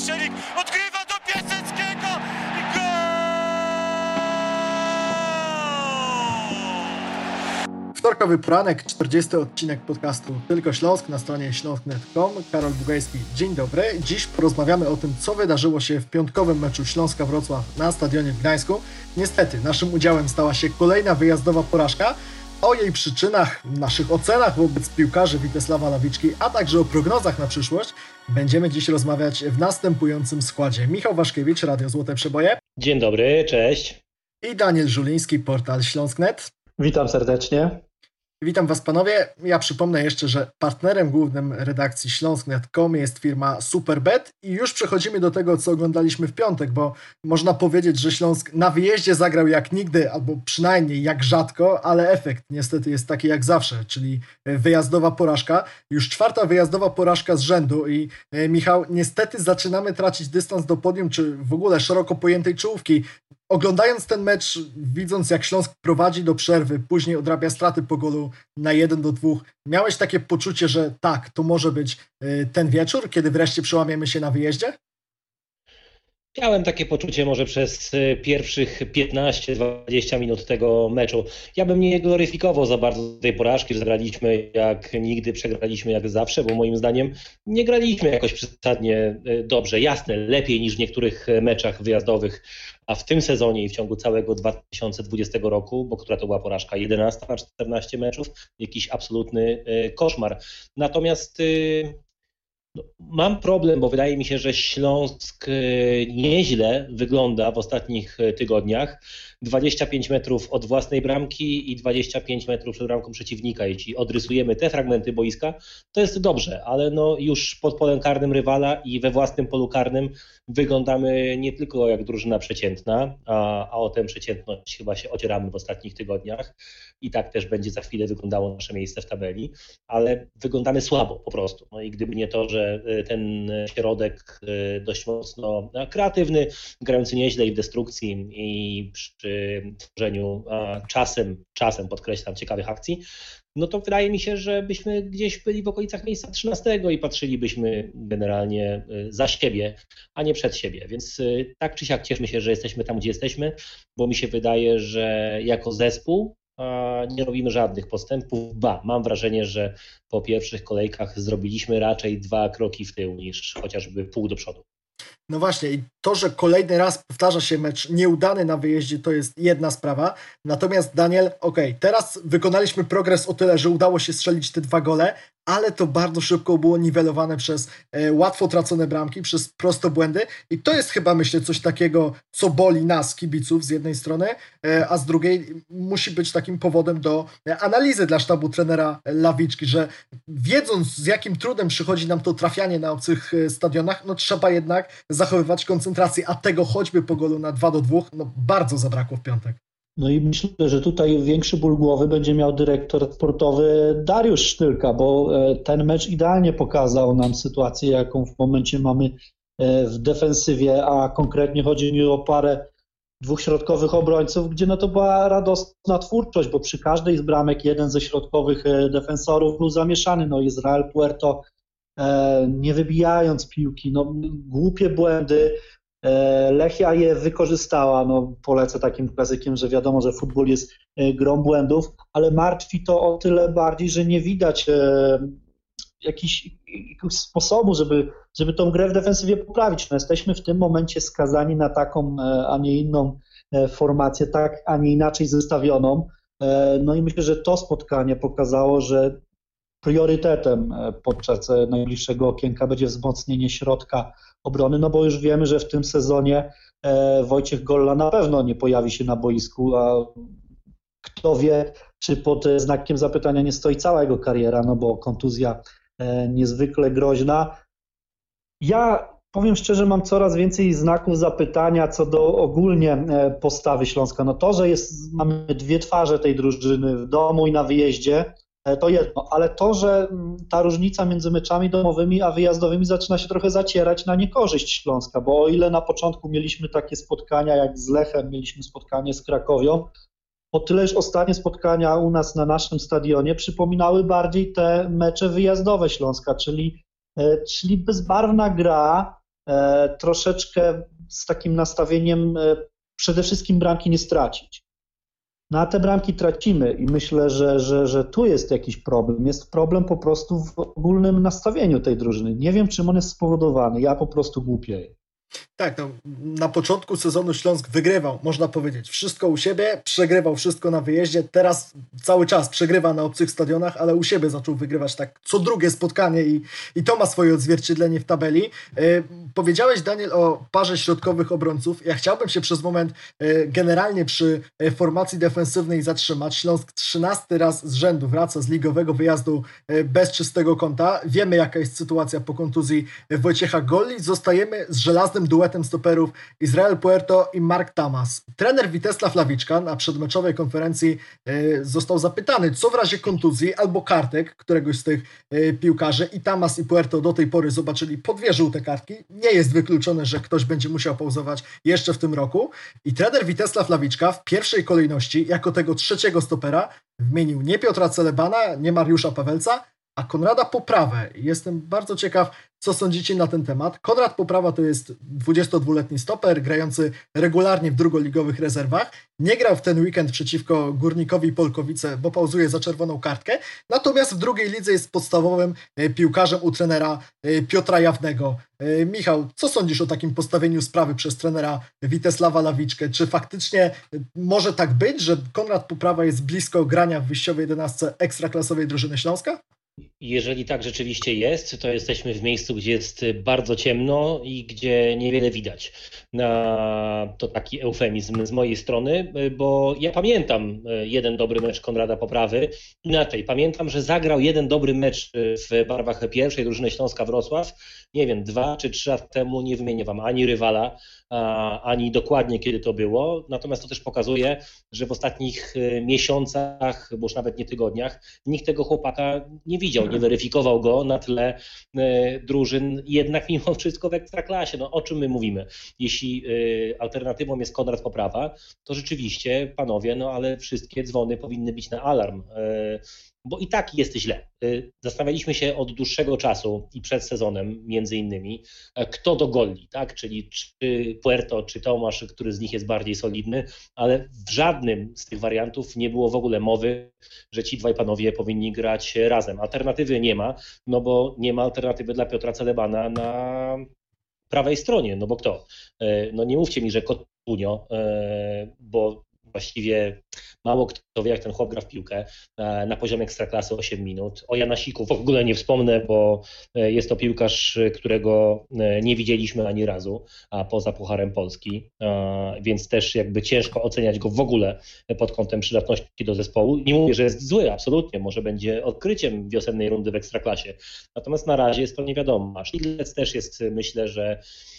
Szczelik odgrywa do Piaseckiego i gol! Wtorkowy poranek, 40. odcinek podcastu Tylko Śląsk na stronie śląsk.net.com. Karol Bugajski, dzień dobry. Dziś porozmawiamy o tym, co wydarzyło się w piątkowym meczu Śląska-Wrocław na stadionie w Gdańsku. Niestety, naszym udziałem stała się kolejna wyjazdowa porażka. O jej przyczynach, naszych ocenach wobec piłkarzy Witesława Lawiczki, a także o prognozach na przyszłość będziemy dziś rozmawiać w następującym składzie. Michał Waszkiewicz, Radio Złote Przeboje. Dzień dobry, cześć. I Daniel Żuliński, portal Śląsk.net. Witam serdecznie. Witam Was panowie. Ja przypomnę jeszcze, że partnerem głównym redakcji Śląsk.net.com jest firma Superbet i już przechodzimy do tego, co oglądaliśmy w piątek, bo można powiedzieć, że Śląsk na wyjeździe zagrał jak nigdy, albo przynajmniej jak rzadko, ale efekt niestety jest taki jak zawsze, czyli wyjazdowa porażka. Już czwarta wyjazdowa porażka z rzędu i Michał, niestety zaczynamy tracić dystans do podium, czy w ogóle szeroko pojętej czołówki. Oglądając ten mecz, widząc jak Śląsk prowadzi do przerwy, później odrabia straty po golu na 1-2, miałeś takie poczucie, że tak, to może być ten wieczór, kiedy wreszcie przełamiemy się na wyjeździe? Miałem takie poczucie może przez pierwszych 15-20 minut tego meczu. Ja bym nie gloryfikował za bardzo tej porażki, że zagraliśmy jak nigdy, przegraliśmy jak zawsze, bo moim zdaniem nie graliśmy jakoś przesadnie dobrze. Jasne, lepiej niż w niektórych meczach wyjazdowych, a w tym sezonie i w ciągu całego 2020 roku, bo która to była porażka, 11 na 14 meczów, jakiś absolutny koszmar. Natomiast mam problem, bo wydaje mi się, że Śląsk nieźle wygląda w ostatnich tygodniach. 25 metrów od własnej bramki i 25 metrów przed bramką przeciwnika. Jeśli odrysujemy te fragmenty boiska, to jest dobrze, ale już pod polem karnym rywala i we własnym polu karnym wyglądamy nie tylko jak drużyna przeciętna, a o tę przeciętność chyba się ocieramy w ostatnich tygodniach i tak też będzie za chwilę wyglądało nasze miejsce w tabeli, ale wyglądamy słabo po prostu. No i gdyby nie to, że ten środek dość mocno kreatywny, grający nieźle i w destrukcji i przy tworzeniu czasem podkreślam, ciekawych akcji, no to wydaje mi się, że byśmy gdzieś byli w okolicach miejsca 13 i patrzylibyśmy generalnie za siebie, a nie przed siebie. Więc tak czy siak cieszmy się, że jesteśmy tam, gdzie jesteśmy, bo mi się wydaje, że jako zespół nie robimy żadnych postępów. Mam wrażenie, że po pierwszych kolejkach zrobiliśmy raczej 2 kroki w tył niż chociażby pół do przodu. No właśnie, i to, że kolejny raz powtarza się mecz nieudany na wyjeździe, to jest jedna sprawa. Natomiast Daniel, teraz wykonaliśmy progres o tyle, że udało się strzelić te 2 gole, ale to bardzo szybko było niwelowane przez łatwo tracone bramki, przez prostobłędy i to jest chyba, myślę, coś takiego, co boli nas, kibiców z jednej strony, a z drugiej musi być takim powodem do analizy dla sztabu trenera Lawiczki, że wiedząc, z jakim trudem przychodzi nam to trafianie na obcych stadionach, no trzeba jednak zachowywać koncentrację, a tego choćby po golu na 2-2, no bardzo zabrakło w piątek. No i myślę, że tutaj większy ból głowy będzie miał dyrektor sportowy Dariusz Sztylka, bo ten mecz idealnie pokazał nam sytuację, jaką w momencie mamy w defensywie, a konkretnie chodzi mi o parę 2 środkowych obrońców, gdzie no to była radosna twórczość, bo przy każdej z bramek jeden ze środkowych defensorów był zamieszany. No Izrael Puerto nie wybijając piłki, no głupie błędy, Lechia je wykorzystała, no polecę takim klasykiem, że wiadomo, że futbol jest grą błędów, ale martwi to o tyle bardziej, że nie widać jakiegoś sposobu, żeby tą grę w defensywie poprawić. No jesteśmy w tym momencie skazani na taką, a nie inną formację, tak, a nie inaczej zestawioną. No i myślę, że to spotkanie pokazało, że priorytetem podczas najbliższego okienka będzie wzmocnienie środka obrony, no bo już wiemy, że w tym sezonie Wojciech Golla na pewno nie pojawi się na boisku, a kto wie, czy pod znakiem zapytania nie stoi cała jego kariera, no bo kontuzja niezwykle groźna. Ja powiem szczerze, mam coraz więcej znaków zapytania co do ogólnie postawy Śląska. No to, że mamy 2 twarze tej drużyny w domu i na wyjeździe, to jedno, ale to, że ta różnica między meczami domowymi a wyjazdowymi zaczyna się trochę zacierać na niekorzyść Śląska, bo o ile na początku mieliśmy takie spotkania jak z Lechem, mieliśmy spotkanie z Krakowią, o tyle już ostatnie spotkania u nas na naszym stadionie przypominały bardziej te mecze wyjazdowe Śląska, czyli bezbarwna gra, troszeczkę z takim nastawieniem przede wszystkim bramki nie stracić. No a te bramki tracimy i myślę, że tu jest jakiś problem. Jest problem po prostu w ogólnym nastawieniu tej drużyny. Nie wiem, czym on jest spowodowany. Ja po prostu głupieję. Tak, no, na początku sezonu Śląsk wygrywał, można powiedzieć, wszystko u siebie, przegrywał wszystko na wyjeździe, teraz cały czas przegrywa na obcych stadionach, ale u siebie zaczął wygrywać tak co drugie spotkanie i to ma swoje odzwierciedlenie w tabeli. Powiedziałeś, Daniel, o parze środkowych obrońców. Ja chciałbym się przez moment generalnie przy formacji defensywnej zatrzymać. Śląsk 13 raz z rzędu wraca z ligowego wyjazdu bez czystego konta. Wiemy, jaka jest sytuacja po kontuzji Wojciecha Golli. Zostajemy z żelaznym duetem stoperów Israel Puerto i Mark Tamas. Trener Witesław Lawiczka na przedmeczowej konferencji został zapytany, co w razie kontuzji albo kartek któregoś z tych piłkarzy, i Tamas i Puerto do tej pory zobaczyli po 2 żółte kartki. Nie jest wykluczone, że ktoś będzie musiał pauzować jeszcze w tym roku. I trener Witesław Lawiczka w pierwszej kolejności jako tego 3. stopera wymienił nie Piotra Celebana, nie Mariusza Pawelca, a Konrada Poprawę. Jestem bardzo ciekaw, co sądzicie na ten temat. Konrad Poprawa to jest 22-letni stoper, grający regularnie w drugoligowych rezerwach. Nie grał w ten weekend przeciwko Górnikowi Polkowice, bo pauzuje za czerwoną kartkę. Natomiast w drugiej lidze jest podstawowym piłkarzem u trenera Piotra Jawnego. Michał, co sądzisz o takim postawieniu sprawy przez trenera Witesława Lawiczkę? Czy faktycznie może tak być, że Konrad Poprawa jest blisko grania w wyjściowej 11 ekstraklasowej drużyny Śląska? Jeżeli tak rzeczywiście jest, to jesteśmy w miejscu, gdzie jest bardzo ciemno i gdzie niewiele widać. To taki eufemizm z mojej strony, bo ja pamiętam jeden dobry mecz Konrada Poprawy. Inaczej, pamiętam, że zagrał jeden dobry mecz w barwach pierwszej drużyny Śląska Wrocław. Nie wiem, 2 czy 3 lata temu, nie wymienię wam ani rywala, ani dokładnie kiedy to było. Natomiast to też pokazuje, że w ostatnich miesiącach, bo już nawet nie tygodniach, nikt tego chłopaka nie widział, nie weryfikował go na tle drużyn, jednak mimo wszystko w Ekstraklasie. No o czym my mówimy? Jeśli alternatywą jest Konrad Poprawa, to rzeczywiście, panowie, no ale wszystkie dzwony powinny bić na alarm, bo i tak jest źle. Zastanawialiśmy się od dłuższego czasu i przed sezonem między innymi, kto do Golli, tak? Czyli czy Puerto, czy Tomasz, który z nich jest bardziej solidny, ale w żadnym z tych wariantów nie było w ogóle mowy, że ci dwaj panowie powinni grać razem. Alternatywy nie ma, no bo nie ma alternatywy dla Piotra Celebana na prawej stronie, no bo kto? No nie mówcie mi, że Coutinho, bo właściwie mało kto wie, jak ten chłop gra w piłkę na poziomie ekstraklasy 8 minut. O Janasiku w ogóle nie wspomnę, bo jest to piłkarz, którego nie widzieliśmy ani razu, a poza Pucharem Polski, więc też jakby ciężko oceniać go w ogóle pod kątem przydatności do zespołu. Nie mówię, że jest zły, absolutnie, może będzie odkryciem wiosennej rundy w ekstraklasie. Natomiast na razie jest to nie wiadomo. Sztyglec też jest, myślę, że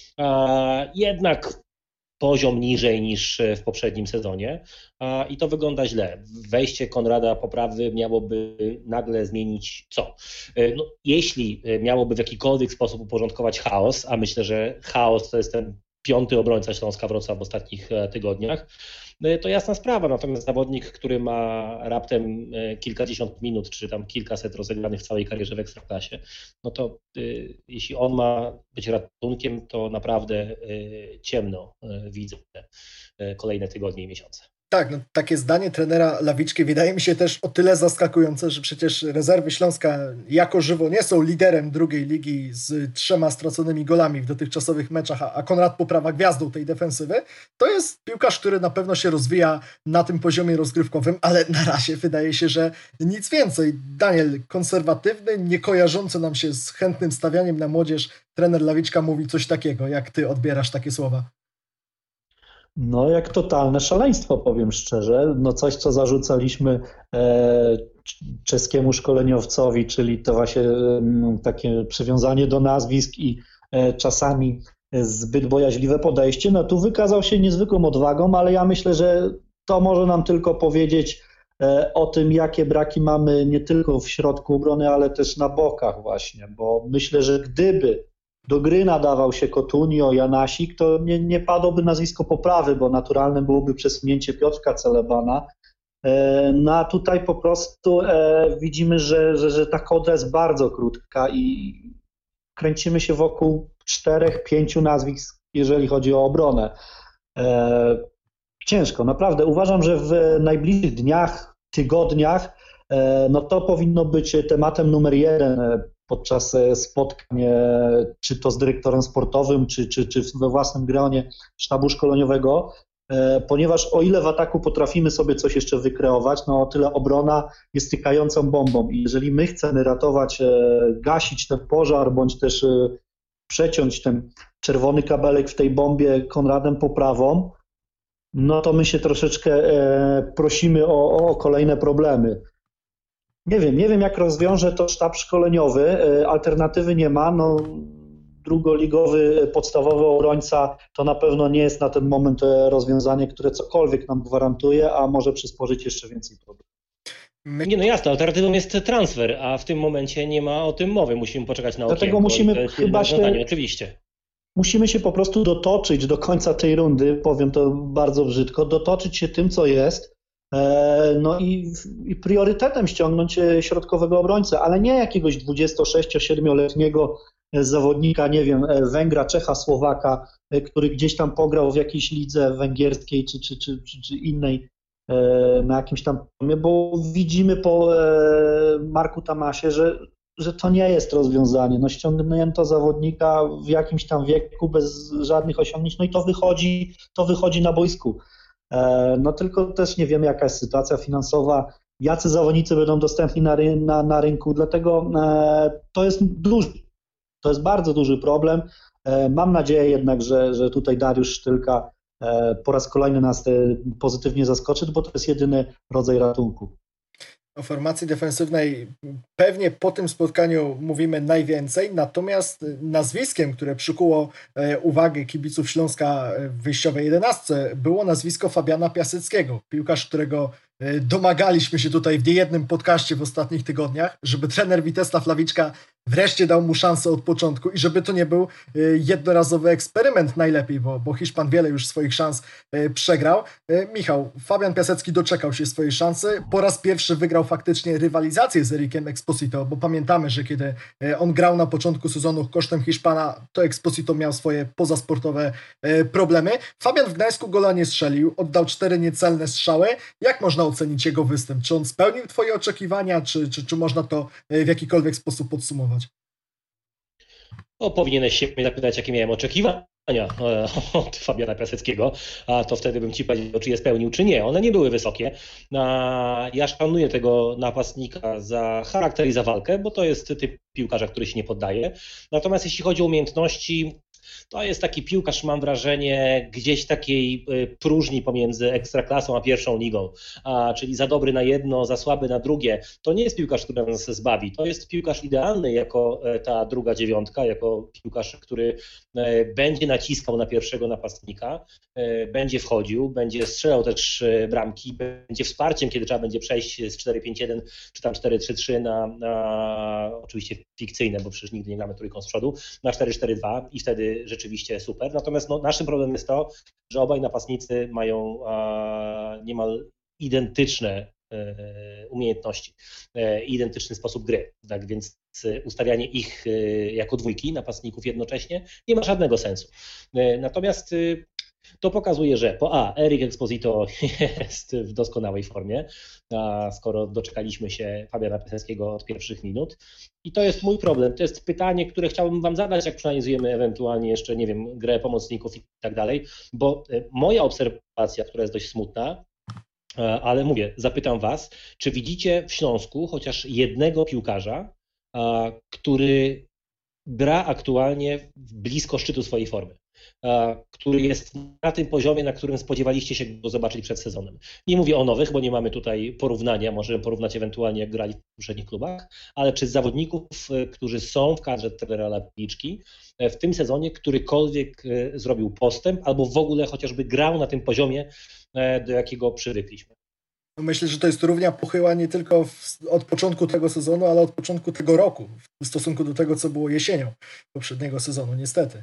jednak poziom niżej niż w poprzednim sezonie i to wygląda źle. Wejście Konrada Poprawy miałoby nagle zmienić co? No, jeśli miałoby w jakikolwiek sposób uporządkować chaos, a myślę, że chaos to jest ten 5. obrońca Śląska Wrocław w ostatnich tygodniach, to jasna sprawa. Natomiast zawodnik, który ma raptem kilkadziesiąt minut, czy tam kilkaset rozegranych w całej karierze w Ekstraklasie, no to jeśli on ma być ratunkiem, to naprawdę ciemno widzę kolejne tygodnie i miesiące. Tak, no, takie zdanie trenera Lawiczki wydaje mi się też o tyle zaskakujące, że przecież rezerwy Śląska jako żywo nie są liderem drugiej ligi z 3 straconymi golami w dotychczasowych meczach, a Konrad Poprawa gwiazdą tej defensywy. To jest piłkarz, który na pewno się rozwija na tym poziomie rozgrywkowym, ale na razie wydaje się, że nic więcej. Daniel, konserwatywny, nie kojarzący nam się z chętnym stawianiem na młodzież, trener Lawiczka mówi coś takiego. Jak ty odbierasz takie słowa? No jak totalne szaleństwo, powiem szczerze. No coś, co zarzucaliśmy czeskiemu szkoleniowcowi, czyli to właśnie takie przywiązanie do nazwisk i czasami zbyt bojaźliwe podejście. No tu wykazał się niezwykłą odwagą, ale ja myślę, że to może nam tylko powiedzieć o tym, jakie braki mamy nie tylko w środku obrony, ale też na bokach właśnie, bo myślę, że gdyby do gry nadawał się Coutinho, Janasik, to nie padłoby nazwisko Poprawy, bo naturalnym byłoby przesunięcie Piotrka Celebana. No a tutaj po prostu widzimy, że ta kołdra jest bardzo krótka i kręcimy się wokół 4-5 nazwisk, jeżeli chodzi o obronę. Ciężko, naprawdę. Uważam, że w najbliższych dniach, tygodniach, no to powinno być tematem numer 1 podczas spotkań, czy to z dyrektorem sportowym, czy we własnym gronie sztabu szkoleniowego, ponieważ o ile w ataku potrafimy sobie coś jeszcze wykreować, no o tyle obrona jest tykającą bombą i jeżeli my chcemy ratować, gasić ten pożar, bądź też przeciąć ten czerwony kabelek w tej bombie Konradem poprawą, no to my się troszeczkę prosimy o kolejne problemy. Nie wiem jak rozwiąże to sztab szkoleniowy, alternatywy nie ma, no drugoligowy podstawowy obrońca to na pewno nie jest na ten moment rozwiązanie, które cokolwiek nam gwarantuje, a może przysporzyć jeszcze więcej problemów. Nie, no jasne, alternatywą jest transfer, a w tym momencie nie ma o tym mowy, musimy poczekać na Dlatego okienko. musimy chyba oczywiście. Musimy się po prostu dotoczyć do końca tej rundy, powiem to bardzo brzydko, dotoczyć się tym, co jest, no i priorytetem ściągnąć środkowego obrońcę, ale nie jakiegoś 26-7-letniego zawodnika, nie wiem, Węgra, Czecha, Słowaka, który gdzieś tam pograł w jakiejś lidze węgierskiej czy innej na jakimś tam poziomie, bo widzimy po Marku Tamasie, że to nie jest rozwiązanie. No ściągnięto zawodnika w jakimś tam wieku bez żadnych osiągnięć, no i to wychodzi na boisku. No tylko też nie wiemy, jaka jest sytuacja finansowa, jacy zawodnicy będą dostępni na rynku, dlatego to jest bardzo duży problem. Mam nadzieję jednak, że tutaj Dariusz Sztylka po raz kolejny nas pozytywnie zaskoczy, bo to jest jedyny rodzaj ratunku. O formacji defensywnej pewnie po tym spotkaniu mówimy najwięcej, natomiast nazwiskiem, które przykuło uwagę kibiców Śląska w wyjściowej 11 było nazwisko Fabiana Piaseckiego, piłkarz, którego domagaliśmy się tutaj w niejednym podcaście w ostatnich tygodniach, żeby trener Witesław Lawiczka wreszcie dał mu szansę od początku i żeby to nie był jednorazowy eksperyment najlepiej, bo Hiszpan wiele już swoich szans przegrał. Michał, Fabian Piasecki doczekał się swojej szansy. Po raz pierwszy wygrał faktycznie rywalizację z Erikiem Exposito, bo pamiętamy, że kiedy on grał na początku sezonu kosztem Hiszpana, to Exposito miał swoje pozasportowe problemy. Fabian w Gdańsku gola nie strzelił, oddał 4 niecelne strzały. Jak można ocenić jego występ? Czy on spełnił twoje oczekiwania, czy można to w jakikolwiek sposób podsumować? Powinieneś się mnie zapytać, jakie miałem oczekiwania od Fabiana Piaseckiego, a to wtedy bym ci powiedział, czy je spełnił, czy nie. One nie były wysokie. Ja szanuję tego napastnika za charakter i za walkę, bo to jest typ piłkarza, który się nie poddaje. Natomiast jeśli chodzi o umiejętności, to jest taki piłkarz, mam wrażenie, gdzieś takiej próżni pomiędzy Ekstraklasą a pierwszą ligą, czyli za dobry na jedno, za słaby na drugie. To nie jest piłkarz, który nas zbawi. To jest piłkarz idealny jako ta druga dziewiątka, jako piłkarz, który będzie naciskał na pierwszego napastnika, będzie wchodził, będzie strzelał też bramki, będzie wsparciem, kiedy trzeba będzie przejść z 4-5-1 czy tam 4-3-3 na oczywiście fikcyjne, bo przecież nigdy nie gramy trójką z przodu, na 4-4-2 i wtedy rzeczywiście super. Natomiast naszym problemem jest to, że obaj napastnicy mają niemal identyczne umiejętności, identyczny sposób gry. Tak więc ustawianie ich jako dwójki napastników jednocześnie nie ma żadnego sensu. Natomiast to pokazuje, że Eric Exposito jest w doskonałej formie, skoro doczekaliśmy się Fabiana Piaseckiego od pierwszych minut. I to jest mój problem. To jest pytanie, które chciałbym wam zadać, jak przeanalizujemy ewentualnie jeszcze, nie wiem, grę pomocników i tak dalej, bo moja obserwacja, która jest dość smutna, ale mówię, zapytam was, czy widzicie w Śląsku chociaż jednego piłkarza, który gra aktualnie blisko szczytu swojej formy, który jest na tym poziomie, na którym spodziewaliście się go zobaczyć przed sezonem. Nie mówię o nowych, bo nie mamy tutaj porównania, możemy porównać ewentualnie jak grali w poprzednich klubach, ale czy z zawodników, którzy są w kadrze trenera Lawiczki w tym sezonie, którykolwiek zrobił postęp albo w ogóle chociażby grał na tym poziomie, do jakiego przywykliśmy. Myślę, że to jest równia pochyła nie tylko od początku tego sezonu, ale od początku tego roku w stosunku do tego, co było jesienią poprzedniego sezonu, niestety.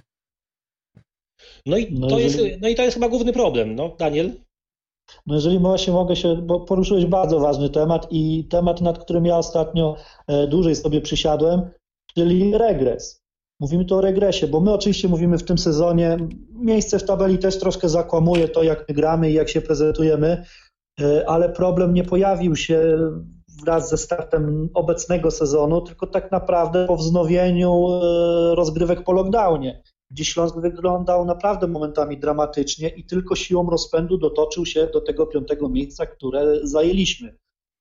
No i to jest chyba główny problem, no, Daniel? No jeżeli właśnie mogę się, bo poruszyłeś bardzo ważny temat i temat, nad którym ja ostatnio dłużej sobie przysiadłem, czyli regres. Mówimy tu o regresie, bo my oczywiście mówimy w tym sezonie, miejsce w tabeli też troszkę zakłamuje to, jak my gramy i jak się prezentujemy, ale problem nie pojawił się wraz ze startem obecnego sezonu, tylko tak naprawdę po wznowieniu rozgrywek po lockdownie, gdzie Śląsk wyglądał naprawdę momentami dramatycznie i tylko siłą rozpędu dotoczył się do tego 5. miejsca, które zajęliśmy.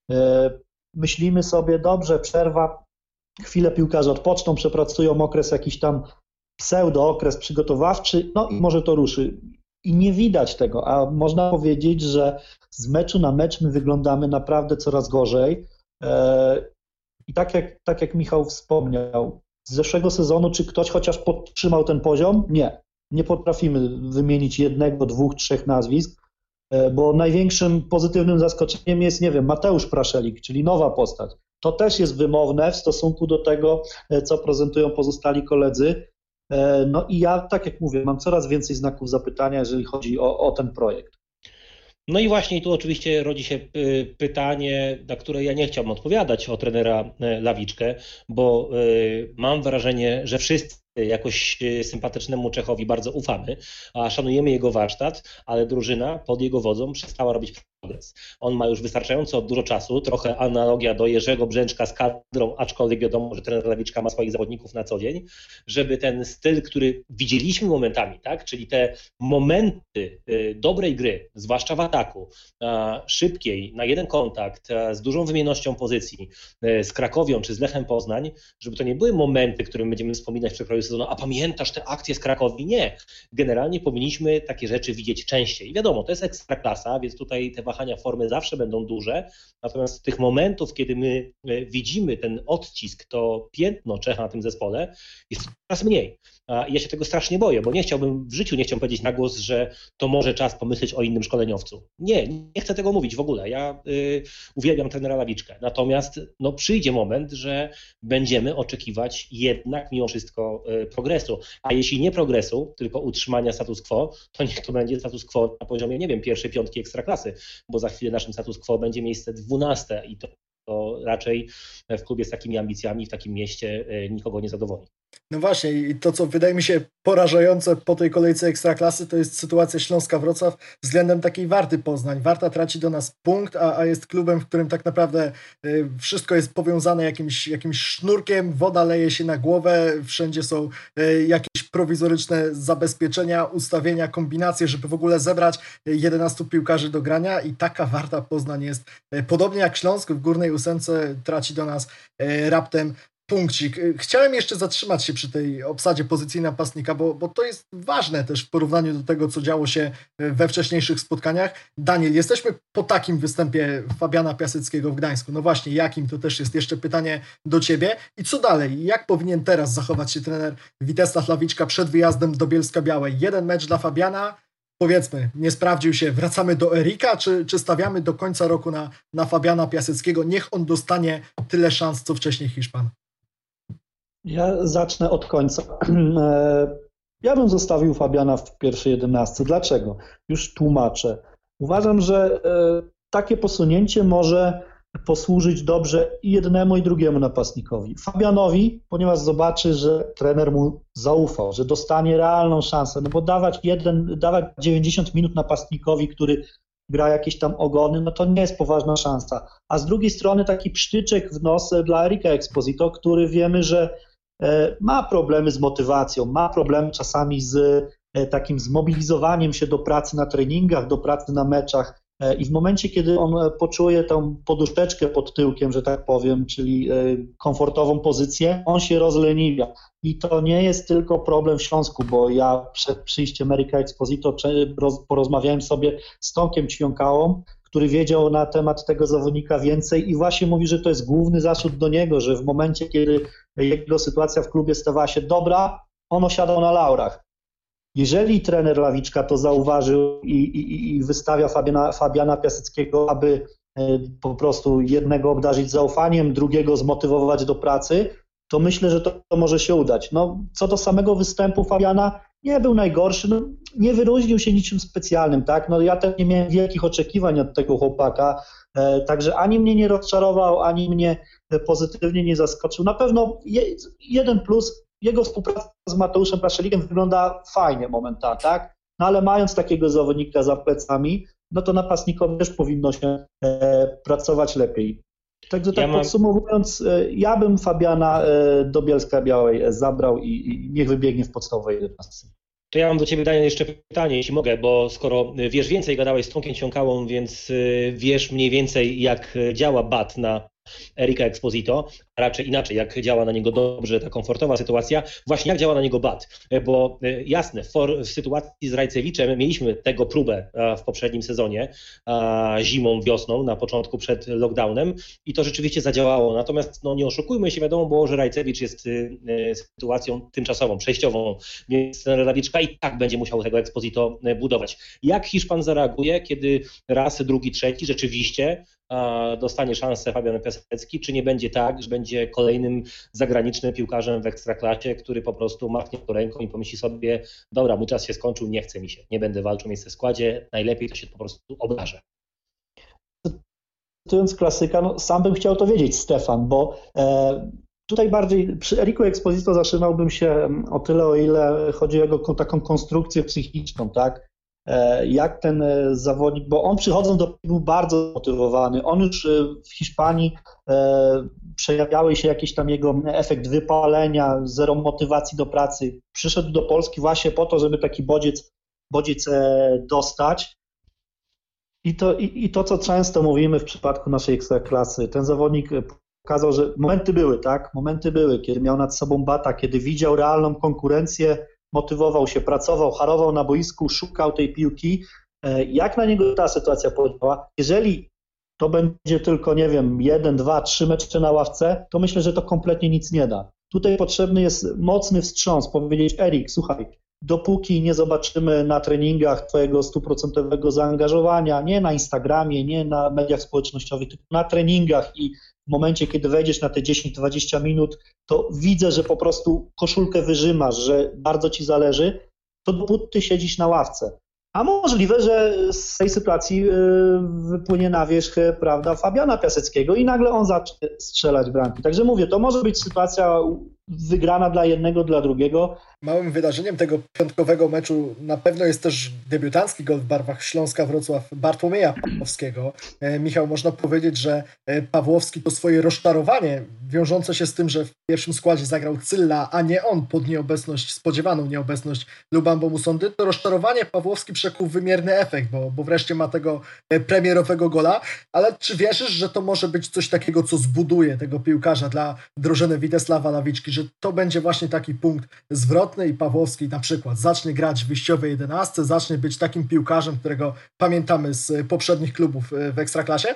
Myślimy sobie, dobrze, przerwa, chwilę piłkarze odpoczną, przepracują okres jakiś tam pseudo-okres przygotowawczy, no i może to ruszy. I nie widać tego, a można powiedzieć, że z meczu na mecz my wyglądamy naprawdę coraz gorzej. I tak jak Michał wspomniał, z zeszłego sezonu, czy ktoś chociaż podtrzymał ten poziom? Nie. Nie potrafimy wymienić 1, 2, 3 nazwisk, bo największym pozytywnym zaskoczeniem jest, nie wiem, Mateusz Praszelik, czyli nowa postać. To też jest wymowne w stosunku do tego, co prezentują pozostali koledzy. No i ja, tak jak mówię, mam coraz więcej znaków zapytania, jeżeli chodzi o ten projekt. No i właśnie tu oczywiście rodzi się pytanie, na które ja nie chciałbym odpowiadać, o trenera Lawiczkę, bo mam wrażenie, że wszyscy jakoś sympatycznemu Czechowi bardzo ufamy, a szanujemy jego warsztat, ale drużyna pod jego wodzą przestała robić progres. On ma już wystarczająco dużo czasu, trochę analogia do Jerzego Brzęczka z kadrą, aczkolwiek wiadomo, że trener Lawiczka ma swoich zawodników na co dzień, żeby ten styl, który widzieliśmy momentami, tak, czyli te momenty dobrej gry, zwłaszcza w ataku, szybkiej, na jeden kontakt, z dużą wymiennością pozycji, z Krakowią czy z Lechem Poznań, żeby to nie były momenty, które będziemy wspominać w przekroju sezonu, a pamiętasz te akcje z Krakowi? Nie. Generalnie powinniśmy takie rzeczy widzieć częściej. Wiadomo, to jest ekstraklasa, więc tutaj te wahania formy zawsze będą duże, natomiast tych momentów, kiedy my widzimy ten odcisk, to piętno Czecha na tym zespole, jest coraz mniej. Ja się tego strasznie boję, bo w życiu nie chciałbym powiedzieć na głos, że to może czas pomyśleć o innym szkoleniowcu. Nie chcę tego mówić w ogóle. Ja uwielbiam trenera Lawiczkę. Natomiast przyjdzie moment, że będziemy oczekiwać jednak mimo wszystko progresu. A jeśli nie progresu, tylko utrzymania status quo, to niech to będzie status quo na poziomie, nie wiem, pierwszej 5 ekstraklasy, bo za chwilę naszym status quo będzie miejsce 12 i to raczej w klubie z takimi ambicjami, w takim mieście nikogo nie zadowoli. No właśnie i to, co wydaje mi się porażające po tej kolejce Ekstraklasy, to jest sytuacja Śląska-Wrocław względem takiej Warty Poznań. Warta traci do nas punkt, a jest klubem, w którym tak naprawdę wszystko jest powiązane jakimś sznurkiem, woda leje się na głowę, wszędzie są jakieś prowizoryczne zabezpieczenia, ustawienia, kombinacje, żeby w ogóle zebrać 11 piłkarzy do grania i taka Warta Poznań jest, podobnie jak Śląsk w górnej ósemce, traci do nas raptem punkcik. Chciałem jeszcze zatrzymać się przy tej obsadzie pozycji napastnika, bo to jest ważne też w porównaniu do tego, co działo się we wcześniejszych spotkaniach. Daniel, jesteśmy po takim występie Fabiana Piaseckiego w Gdańsku. No właśnie, jakim? To też jest jeszcze pytanie do Ciebie. I co dalej? Jak powinien teraz zachować się trener Witesław Lawiczka przed wyjazdem do Bielska-Białej? Jeden mecz dla Fabiana, powiedzmy, nie sprawdził się, wracamy do Erika, czy stawiamy do końca roku na Fabiana Piaseckiego? Niech on dostanie tyle szans, co wcześniej Hiszpan. Ja zacznę od końca. Ja bym zostawił Fabiana w pierwszej 11. Dlaczego? Już tłumaczę. Uważam, że takie posunięcie może posłużyć dobrze i jednemu, i drugiemu napastnikowi. Fabianowi, ponieważ zobaczy, że trener mu zaufał, że dostanie realną szansę, no bo dawać 90 minut napastnikowi, który gra jakieś tam ogony, no to nie jest poważna szansa. A z drugiej strony taki psztyczek w nos dla Erika Exposito, który wiemy, że ma problemy z motywacją, ma problemy czasami z takim zmobilizowaniem się do pracy na treningach, do pracy na meczach i w momencie, kiedy on poczuje tą poduszeczkę pod tyłkiem, że tak powiem, czyli komfortową pozycję, on się rozleniwia. I to nie jest tylko problem w Śląsku, bo ja przed przyjściem Erika Exposito porozmawiałem sobie z Tomkiem Ćwiąkałą, który wiedział na temat tego zawodnika więcej i właśnie mówi, że to jest główny zarzut do niego, że w momencie, kiedy jego sytuacja w klubie stawała się dobra, on osiadał na laurach. Jeżeli trener Lawiczka to zauważył i wystawia Fabiana Piaseckiego, aby po prostu jednego obdarzyć zaufaniem, drugiego zmotywować do pracy, to myślę, że to może się udać. No, co do samego występu Fabiana, nie był najgorszy, no, nie wyróżnił się niczym specjalnym, tak? No, ja też nie miałem wielkich oczekiwań od tego chłopaka, także ani mnie nie rozczarował, ani mnie pozytywnie nie zaskoczył. Na pewno jeden plus, jego współpraca z Mateuszem Praszelikiem wygląda fajnie momentami, tak? No ale mając takiego zawodnika za plecami, no to napastnikowi też powinno się pracować lepiej. Także tak podsumowując, ja bym Fabiana do Bielska Białej zabrał i niech wybiegnie w podstawowej 11. To ja mam do Ciebie, Daniel, jeszcze pytanie, jeśli mogę, bo skoro wiesz więcej, gadałeś z Tomkiem Ciąkałą, więc wiesz mniej więcej, jak działa bat na Erika Exposito, a raczej inaczej, jak działa na niego dobrze ta komfortowa sytuacja, właśnie jak działa na niego bat, bo jasne, w sytuacji z Rajcewiczem mieliśmy tego próbę w poprzednim sezonie, zimą, wiosną, na początku przed lockdownem i to rzeczywiście zadziałało, natomiast no, nie oszukujmy się, wiadomo było, że Rajcewicz jest sytuacją tymczasową, przejściową, więc Radawiczka i tak będzie musiał tego Exposito budować. Jak Hiszpan zareaguje, kiedy raz, drugi, trzeci rzeczywiście dostanie szansę Fabian Piasecki, czy nie będzie tak, że będzie kolejnym zagranicznym piłkarzem w Ekstraklasie, który po prostu machnie to ręką i pomyśli sobie, dobra, mój czas się skończył, nie chce mi się, nie będę walczył o miejsce w składzie, najlepiej to się po prostu obrażę. Cytując klasyka, no, sam bym chciał to wiedzieć, Stefan, bo tutaj bardziej przy Eriku Exposito zatrzymałbym się o tyle, o ile chodzi o jego taką konstrukcję psychiczną, tak? Jak ten zawodnik, bo on przychodząc do był bardzo motywowany, on już w Hiszpanii przejawiały się jakiś tam jego efekt wypalenia, zero motywacji do pracy, przyszedł do Polski właśnie po to, żeby taki bodziec dostać i to, co często mówimy w przypadku naszej Ekstraklasy, ten zawodnik pokazał, że momenty były, kiedy miał nad sobą bata, kiedy widział realną konkurencję, motywował się, pracował, harował na boisku, szukał tej piłki. Jak na niego ta sytuacja podziała? Jeżeli to będzie tylko, nie wiem, 1, 2, 3 mecze na ławce, to myślę, że to kompletnie nic nie da. Tutaj potrzebny jest mocny wstrząs, powiedzieć: Erik, słuchaj, dopóki nie zobaczymy na treningach twojego 100% zaangażowania, nie na Instagramie, nie na mediach społecznościowych, tylko na treningach i w momencie, kiedy wejdziesz na te 10-20 minut, to widzę, że po prostu koszulkę wyżymasz, że bardzo ci zależy, to dopóty ty siedzisz na ławce. A możliwe, że z tej sytuacji wypłynie na wierzch, prawda, Fabiana Piaseckiego i nagle on zacznie strzelać bramki. Także mówię, to może być sytuacja wygrana dla jednego, dla drugiego. Małym wydarzeniem tego piątkowego meczu na pewno jest też debiutancki gol w barwach Śląska Wrocław Bartłomieja Pawłowskiego. Michał, można powiedzieć, że Pawłowski to swoje rozczarowanie wiążące się z tym, że w pierwszym składzie zagrał Cylla, a nie on pod nieobecność, spodziewaną nieobecność Lubambo Musondy, to rozczarowanie Pawłowski przekuł w wymierny efekt, bo wreszcie ma tego premierowego gola, ale czy wierzysz, że to może być coś takiego, co zbuduje tego piłkarza dla drużyny Witesława Lawiczki, że to będzie właśnie taki punkt zwrotny i Pawłowski na przykład zacznie grać w wyjściowej 11, zacznie być takim piłkarzem, którego pamiętamy z poprzednich klubów w Ekstraklasie?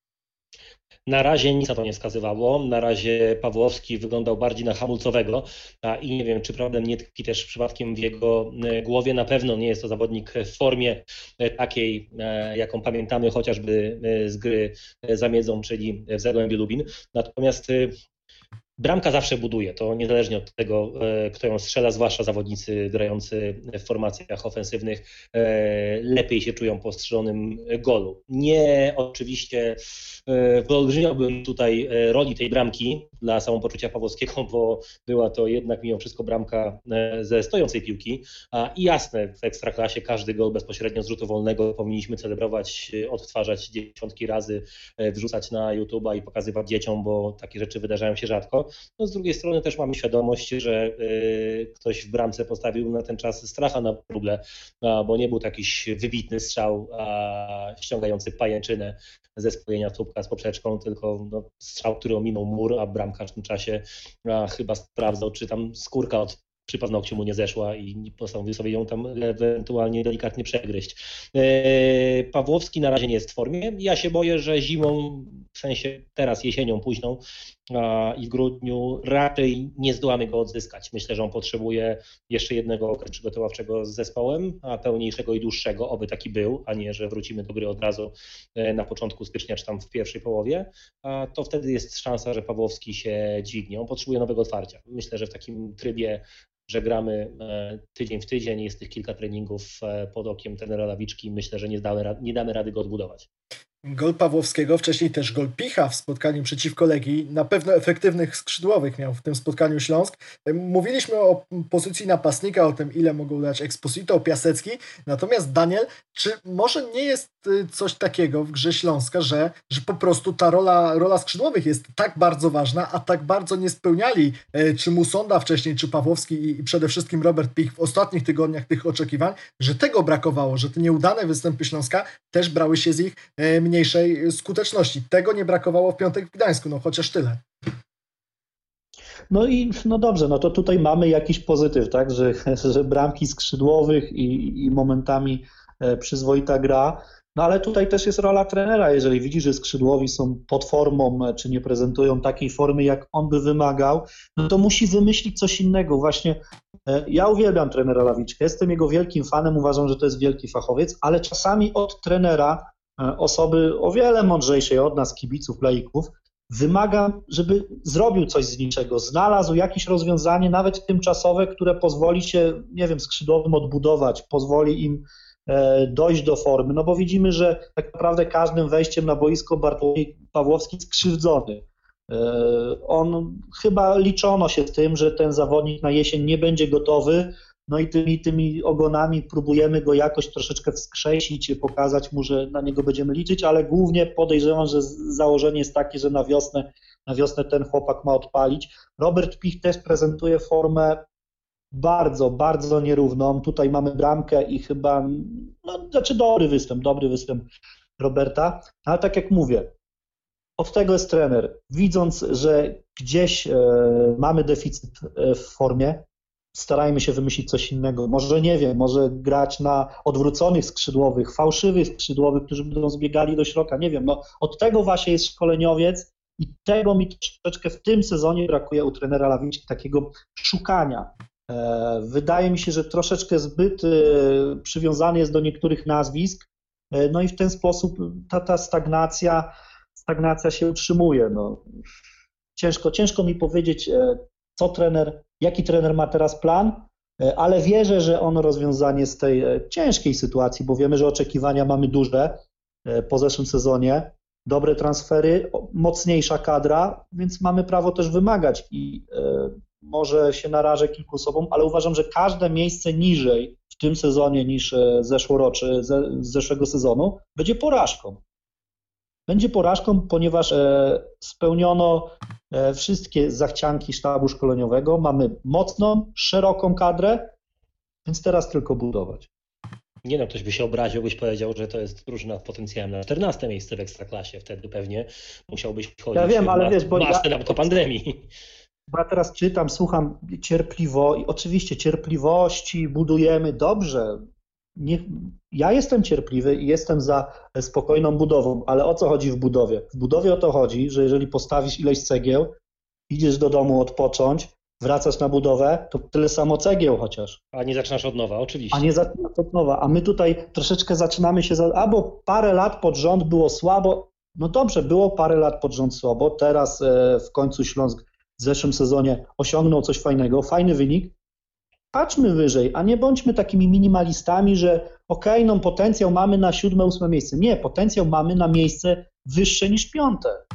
Na razie nic na to nie wskazywało. Na razie Pawłowski wyglądał bardziej na hamulcowego i nie wiem, czy problem nie tkwi też przypadkiem w jego głowie. Na pewno nie jest to zawodnik w formie takiej, jaką pamiętamy chociażby z gry za Miedzą, czyli w Zagłębiu Lubin. Natomiast bramka zawsze buduje, to niezależnie od tego, kto ją strzela, zwłaszcza zawodnicy grający w formacjach ofensywnych lepiej się czują po strzelonym golu. Nie oczywiście wyolbrzymiałbym tutaj roli tej bramki dla samopoczucia Pawłowskiego, bo była to jednak mimo wszystko bramka ze stojącej piłki i jasne, w Ekstraklasie każdy gol bezpośrednio z rzutu wolnego powinniśmy celebrować, odtwarzać dziesiątki razy, wrzucać na YouTube'a i pokazywać dzieciom, bo takie rzeczy wydarzają się rzadko. No, z drugiej strony też mamy świadomość, że ktoś w bramce postawił na ten czas stracha na wróble, bo nie był to jakiś wybitny strzał ściągający pajęczynę ze spojenia słupka z poprzeczką, tylko strzał, który ominął mur, a bramkarz w tym czasie chyba sprawdzał, czy tam skórka od przy paznokciu mu nie zeszła i postanowił sobie ją tam ewentualnie delikatnie przegryźć. Pawłowski na razie nie jest w formie. Ja się boję, że zimą, w sensie teraz jesienią późną i w grudniu raczej nie zdołamy go odzyskać. Myślę, że on potrzebuje jeszcze jednego okresu przygotowawczego z zespołem, a pełniejszego i dłuższego, oby taki był, a nie, że wrócimy do gry od razu na początku stycznia, czy tam w pierwszej połowie, to wtedy jest szansa, że Pawłowski się dźwignie. On potrzebuje nowego otwarcia. Myślę, że w takim trybie, że gramy tydzień w tydzień, jest tych kilka treningów pod okiem trenera Lawiczki, myślę, że nie damy rady go odbudować. Gol Pawłowskiego, wcześniej też gol Picha w spotkaniu przeciwko Legii. Na pewno efektywnych skrzydłowych miał w tym spotkaniu Śląsk. Mówiliśmy o pozycji napastnika, o tym, ile mogą dać Exposito, Piasecki. Natomiast Daniel, czy może nie jest coś takiego w grze Śląska, że po prostu ta rola skrzydłowych jest tak bardzo ważna, a tak bardzo nie spełniali czy Musonda wcześniej, czy Pawłowski i przede wszystkim Robert Pich w ostatnich tygodniach tych oczekiwań, że tego brakowało, że te nieudane występy Śląska też brały się z ich mniejszej skuteczności. Tego nie brakowało w piątek w Gdańsku, no chociaż tyle. No dobrze, no to tutaj mamy jakiś pozytyw, tak, że bramki skrzydłowych i momentami przyzwoita gra, no ale tutaj też jest rola trenera, jeżeli widzi, że skrzydłowi są pod formą, czy nie prezentują takiej formy, jak on by wymagał, no to musi wymyślić coś innego. Właśnie ja uwielbiam trenera Lawiczkę, jestem jego wielkim fanem, uważam, że to jest wielki fachowiec, ale czasami od trenera, osoby o wiele mądrzejszej od nas, kibiców, laików, wymagam, żeby zrobił coś z niczego, znalazł jakieś rozwiązanie, nawet tymczasowe, które pozwoli się, nie wiem, skrzydłowym odbudować, pozwoli im dojść do formy, no bo widzimy, że tak naprawdę każdym wejściem na boisko Bartłomiej Pawłowski jest skrzywdzony. On chyba liczono się z tym, że ten zawodnik na jesień nie będzie gotowy, no i tymi ogonami próbujemy go jakoś troszeczkę wskrzesić, pokazać mu, że na niego będziemy liczyć, ale głównie podejrzewam, że założenie jest takie, że na wiosnę ten chłopak ma odpalić. Robert Pich też prezentuje formę bardzo, bardzo nierówną. Tutaj mamy bramkę i chyba, dobry występ Roberta, ale tak jak mówię, od tego jest trener. Widząc, że gdzieś mamy deficyt w formie, starajmy się wymyślić coś innego. Może nie wiem, może grać na odwróconych skrzydłowych, fałszywych skrzydłowych, którzy będą zbiegali do środka. Nie wiem, no od tego właśnie jest szkoleniowiec i tego mi troszeczkę w tym sezonie brakuje u trenera Lawiczki, takiego szukania. Wydaje mi się, że troszeczkę zbyt przywiązany jest do niektórych nazwisk, no i w ten sposób ta stagnacja się utrzymuje. No. Ciężko mi powiedzieć, jaki trener ma teraz plan, ale wierzę, że on rozwiązanie z tej ciężkiej sytuacji, bo wiemy, że oczekiwania mamy duże po zeszłym sezonie, dobre transfery, mocniejsza kadra, więc mamy prawo też wymagać i może się narażę kilku osobom, ale uważam, że każde miejsce niżej w tym sezonie niż zeszłoroczny, z zeszłego sezonu będzie porażką. Będzie porażką, ponieważ spełniono wszystkie zachcianki sztabu szkoleniowego. Mamy mocną, szeroką kadrę, więc teraz tylko budować. Nie no, ktoś by się obraził, byś powiedział, że to jest drużyna z potencjałem na 14 miejsce w Ekstraklasie. Wtedy pewnie musiałbyś chodzić ja wiem, ale wiesz, bo nawet po pandemii. Ja teraz czytam, słucham oczywiście cierpliwości budujemy dobrze. Ja jestem cierpliwy i jestem za spokojną budową, ale o co chodzi w budowie? W budowie o to chodzi, że jeżeli postawisz ileś cegieł, idziesz do domu odpocząć, wracasz na budowę, to tyle samo cegieł chociaż. A nie zaczynasz od nowa, oczywiście. A nie zaczynasz od nowa, a my tutaj troszeczkę zaczynamy się, albo parę lat pod rząd było słabo, no dobrze, było parę lat pod rząd słabo, teraz w końcu Śląsk w zeszłym sezonie osiągnął coś fajnego, fajny wynik. Patrzmy wyżej, a nie bądźmy takimi minimalistami, że no potencjał mamy na 7., 8. miejsce. Nie, potencjał mamy na miejsce wyższe niż 5.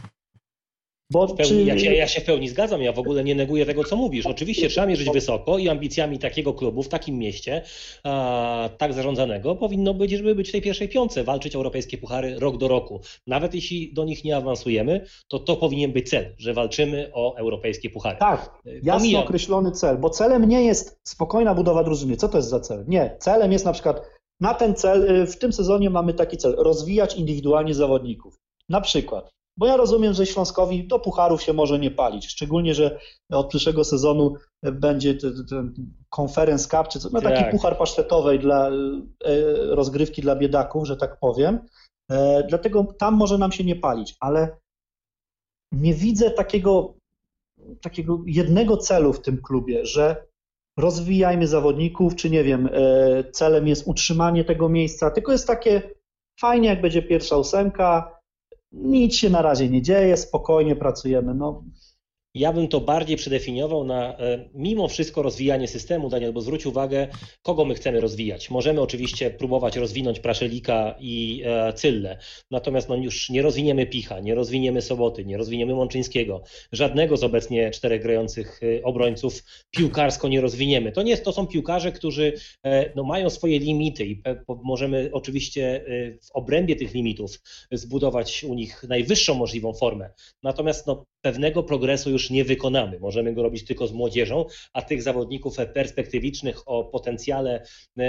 Ja się w pełni zgadzam, ja w ogóle nie neguję tego, co mówisz. Oczywiście trzeba mierzyć wysoko i ambicjami takiego klubu w takim mieście, tak zarządzanego, powinno być, żeby być w tej pierwszej 5, walczyć o europejskie puchary rok do roku. Nawet jeśli do nich nie awansujemy, to powinien być cel, że walczymy o europejskie puchary. Tak, jasno określony cel, bo celem nie jest spokojna budowa drużyny. Co to jest za cel? Nie, celem jest na przykład, na ten cel, w tym sezonie mamy taki cel, rozwijać indywidualnie zawodników. Na przykład. Bo ja rozumiem, że Śląskowi do pucharów się może nie palić, szczególnie, że od przyszłego sezonu będzie ten Conference Cup, czy taki puchar pasztetowej dla rozgrywki dla biedaków, że tak powiem. Dlatego tam może nam się nie palić, ale nie widzę takiego jednego celu w tym klubie, że rozwijajmy zawodników, czy nie wiem, celem jest utrzymanie tego miejsca, tylko jest takie fajnie, jak będzie pierwsza 8, nic się na razie nie dzieje, spokojnie pracujemy. No, Ja bym to bardziej przedefiniował na mimo wszystko rozwijanie systemu, Daniel, bo zwróć uwagę, kogo my chcemy rozwijać. Możemy oczywiście próbować rozwinąć Praszelika i Cyllę, natomiast już nie rozwiniemy Picha, nie rozwiniemy Soboty, nie rozwiniemy Mączyńskiego. Żadnego z obecnie 4 grających obrońców piłkarsko nie rozwiniemy. To są piłkarze, którzy mają swoje limity i możemy oczywiście w obrębie tych limitów zbudować u nich najwyższą możliwą formę. Natomiast pewnego progresu już nie wykonamy. Możemy go robić tylko z młodzieżą, a tych zawodników perspektywicznych o potencjale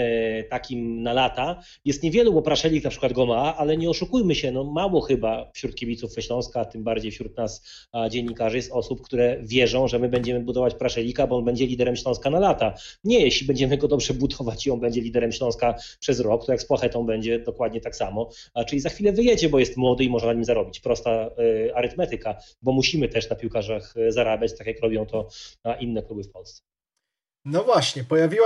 takim na lata jest niewielu, bo Praszelik na przykład go ma, ale nie oszukujmy się, mało chyba wśród kibiców Śląska, a tym bardziej wśród nas dziennikarzy jest osób, które wierzą, że my będziemy budować Praszelika, bo on będzie liderem Śląska na lata. Nie, jeśli będziemy go dobrze budować i on będzie liderem Śląska przez rok, to jak z Płachetą będzie dokładnie tak samo, czyli za chwilę wyjedzie, bo jest młody i może na nim zarobić. Prosta arytmetyka, bo musimy też na piłkarzach zarabiać, tak jak robią to inne kluby w Polsce. No właśnie,